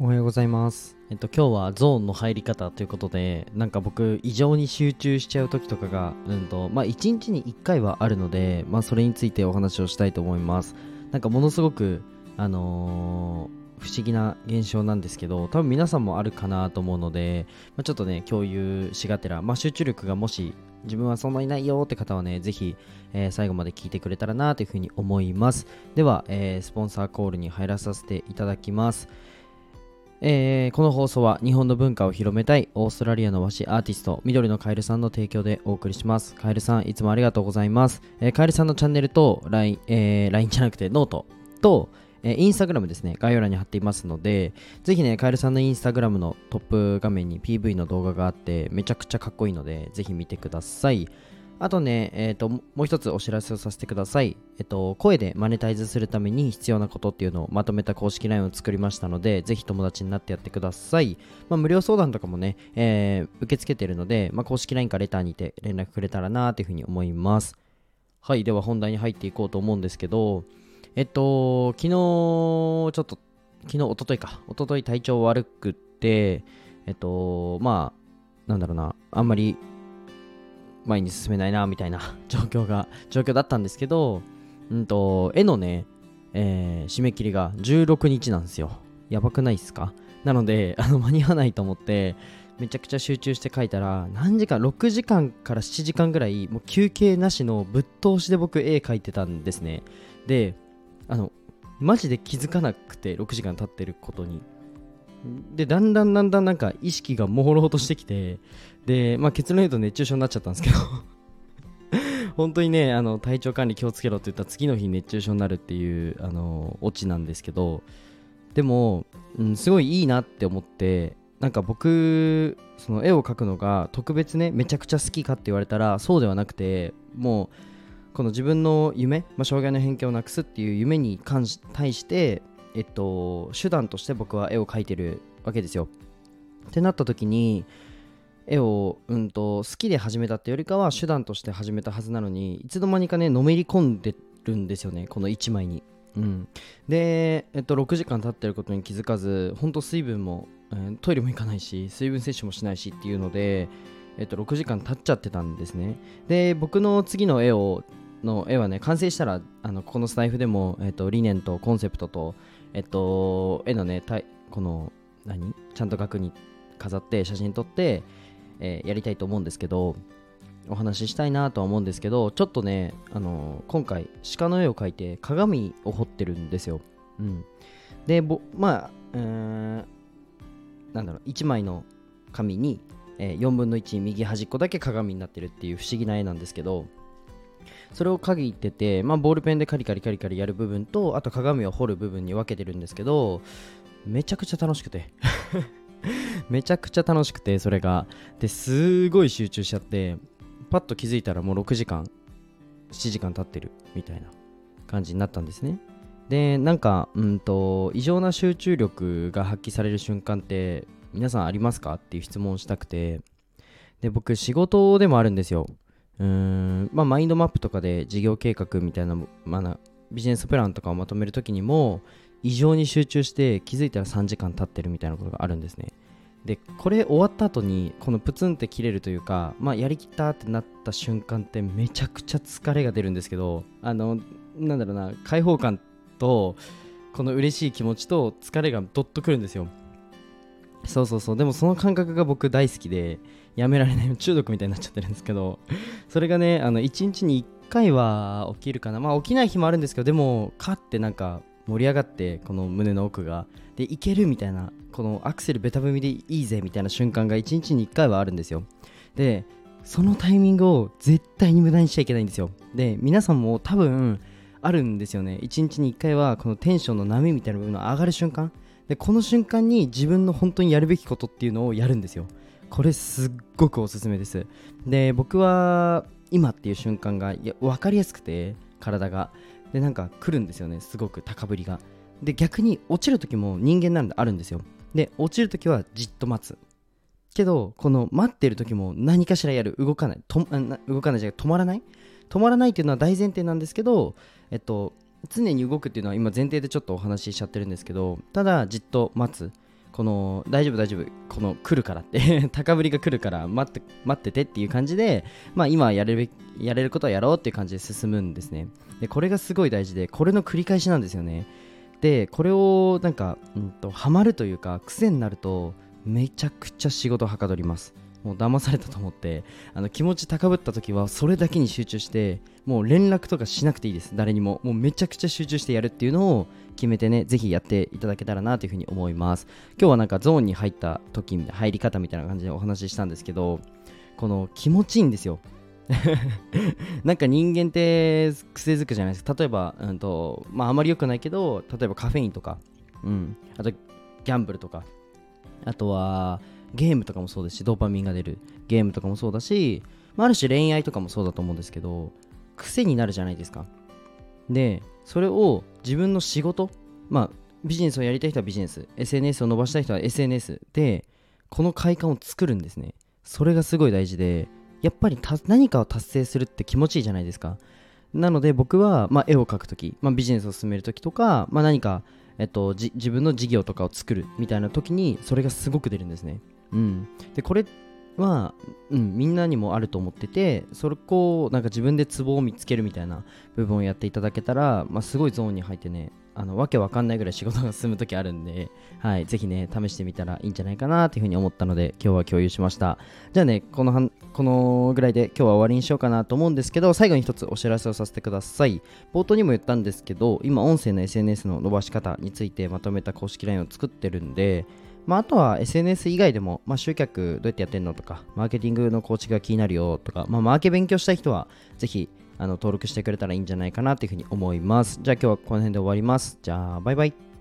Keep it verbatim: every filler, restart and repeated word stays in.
おはようございます。えっと今日はゾーンの入り方ということで、なんか僕異常に集中しちゃう時とかが、うんとまあいちにちにいっかいはあるので、まあそれについてお話をしたいと思います。なんかものすごくあのー不思議な現象なんですけど、多分皆さんもあるかなと思うので、まあ、ちょっとね共有しがてら、まあ、集中力がもし自分はそんなにないよって方はね、ぜひ、えー最後まで聞いてくれたらなというふうに思います。では、えースポンサーコールに入らさせていただきます。えーこの放送は日本の文化を広めたいオーストラリアの和紙アーティスト緑のカエルさんの提供でお送りします。カエルさんいつもありがとうございます。えーカエルさんのチャンネルと ライン、えー ライン じゃなくてノートと、えーインスタグラムですね、概要欄に貼っていますので、ぜひねカエルさんのインスタグラムのトップ画面に ピーブイ の動画があってめちゃくちゃかっこいいので、ぜひ見てください。あとね、えーと、もう一つお知らせをさせてください。えっと、声でマネタイズするために必要なことっていうのをまとめた公式 ライン を作りましたので、ぜひ友達になってやってください。まあ、無料相談とかもね、えー受け付けてるので、まあ、公式 ライン かレターにて連絡くれたらなというふうに思います。はい、では本題に入っていこうと思うんですけど、えっと、昨日、ちょっと、昨日、一昨日か、一昨日体調悪くって、えっと、まあ、なんだろうな、あんまり前に進めないなみたいな状況が状況だったんですけど、うんと絵のね、えー締め切りがじゅうろくにちなんですよ。やばくないっすか？なのであの間に合わないと思ってめちゃくちゃ集中して書いたら、何時間ろくじかんからしちじかんぐらいもう休憩なしのぶっ通しで僕絵描いてたんですね。で、あのマジで気づかなくて、ろくじかん経ってることに。でだんだんだんだんなんか意識が朦朧としてきて、で、まあ、結論言うと熱中症になっちゃったんですけど本当にね、あの体調管理気をつけろって言ったら次の日熱中症になるっていうあのオチなんですけど、でも、うん、すごいいいなって思って、なんか僕その絵を描くのが特別ねめちゃくちゃ好きかって言われたらそうではなくて、もうこの自分の夢、まあ、障害の偏見をなくすっていう夢に関し対してえっと手段として僕は絵を描いてるわけですよ。ってなった時に、絵を、うんと、好きで始めたってよりかは手段として始めたはずなのに、いつの間にかねのめり込んでるんですよね、このいちまいに。うん、で、えっと、ろくじかん経ってることに気づかず、ほんと水分も、えートイレも行かないし水分摂取もしないしっていうので、えっと、ろくじかん経っちゃってたんですね。で、僕の次の絵をの絵はね完成したら、あのこのスタイフでも、えっと、理念とコンセプトと、えっと、絵のねたいこの何ちゃんと額に飾って写真撮って、えーやりたいと思うんですけど、お話ししたいなとは思うんですけど、ちょっとね、あのー今回鹿の絵を描いて鏡を彫ってるんですよ。うん、でぼまあ、えーなんだろういちまいの紙に、えーよんぶんのいち右端っこだけ鏡になってるっていう不思議な絵なんですけど、それを描いてて、まあ、ボールペンでカリカリカリカリやる部分と、あと鏡を彫る部分に分けてるんですけど、めちゃくちゃ楽しくてめちゃくちゃ楽しくて、それがですごい集中しちゃって、パッと気づいたらもうろくじかんしちじかん経ってるみたいな感じになったんですね。で、なんかうんと異常な集中力が発揮される瞬間って皆さんありますかっていう質問をしたくて、で僕仕事でもあるんですよ。うーんまあマインドマップとかで事業計画みたいな、まあ、なビジネスプランとかをまとめるときにも異常に集中して気づいたらさんじかん経ってるみたいなことがあるんですね。でこれ終わった後にこのプツンって切れるというか、まあ、やりきったってなった瞬間ってめちゃくちゃ疲れが出るんですけど、あのなんだろうな、解放感とこの嬉しい気持ちと疲れがどっとくるんですよ。そうそうそう。でもその感覚が僕大好きでやめられない、中毒みたいになっちゃってるんですけど、それがね、あのいちにちにいっかいは起きるかな。まあ起きない日もあるんですけど、でもカッてなんか盛り上がって、この胸の奥がでいけるみたいな、このアクセルベタ踏みでいいぜみたいな瞬間がいちにちにいっかいはあるんですよ。でそのタイミングを絶対に無駄にしちゃいけないんですよ。で皆さんも多分あるんですよね。いちにちにいっかいはこのテンションの波みたいな部分の上がる瞬間で、この瞬間に自分の本当にやるべきことっていうのをやるんですよ。これすっごくおすすめです。で僕は今っていう瞬間がいや分かりやすくて、体がでなんか来るんですよね、すごく高ぶりが。で逆に落ちる時も人間なんであるんですよ。で落ちる時はじっと待つけど、この待ってる時も何かしらやる、動かないとあな動かないじゃなくて止まらない止まらないっていうのは大前提なんですけど、えっと常に動くっていうのは今前提でちょっとお話ししちゃってるんですけど、ただじっと待つ、 この大丈夫大丈夫この来るからって高ぶりが来るから待って待っててっていう感じで、まあ今やれるやれることはやろうっていう感じで進むんですね。でこれがすごい大事で、これの繰り返しなんですよね。でこれをなんか、うんと、ハマるというか癖になるとめちゃくちゃ仕事はかどります。もう騙されたと思って、あの気持ち高ぶった時はそれだけに集中して、もう連絡とかしなくていいです。誰にも。もうめちゃくちゃ集中してやるっていうのを決めてね、ぜひやっていただけたらなというふうに思います。今日はなんかゾーンに入った時、入り方みたいな感じでお話ししたんですけど、この気持ちいいんですよ。なんか人間って癖づくじゃないですか。例えば、うんとまあ、あまり良くないけど、例えばカフェインとか、うん、あとギャンブルとか、あとはゲームとかもそうですし、ドーパミンが出るゲームとかもそうだし、まあ、ある種恋愛とかもそうだと思うんですけど、癖になるじゃないですか。でそれを自分の仕事、まあビジネスをやりたい人はビジネス、 エスエヌエス を伸ばしたい人は エスエヌエス でこの快感を作るんですね。それがすごい大事で、やっぱりた何かを達成するって気持ちいいじゃないですか。なので僕は、まあ、絵を描くとき、まあ、ビジネスを進めるときとか、まあ、何か、えっと、じ自分の事業とかを作るみたいなときにそれがすごく出るんですね。うん、でこれは、うん、みんなにもあると思ってて、それこうなんか自分でツボを見つけるみたいな部分をやっていただけたら、まあ、すごいゾーンに入ってね、あのわけわかんないぐらい仕事が進むときあるんで、はい、ぜひね試してみたらいいんじゃないかなというふうに思ったので今日は共有しました。じゃあね、このはんこのぐらいで今日は終わりにしようかなと思うんですけど、最後に一つお知らせをさせてください。冒頭にも言ったんですけど、今音声の エスエヌエス の伸ばし方についてまとめた公式 ライン を作ってるんで、まあ、あとは エスエヌエス 以外でも、まあ、集客どうやってやってんのとか、マーケティングの構築が気になるよとか、まあ、マーケ勉強したい人はぜひあの登録してくれたらいいんじゃないかなというふうに思います。じゃあ今日はこの辺で終わります。じゃあバイバイ。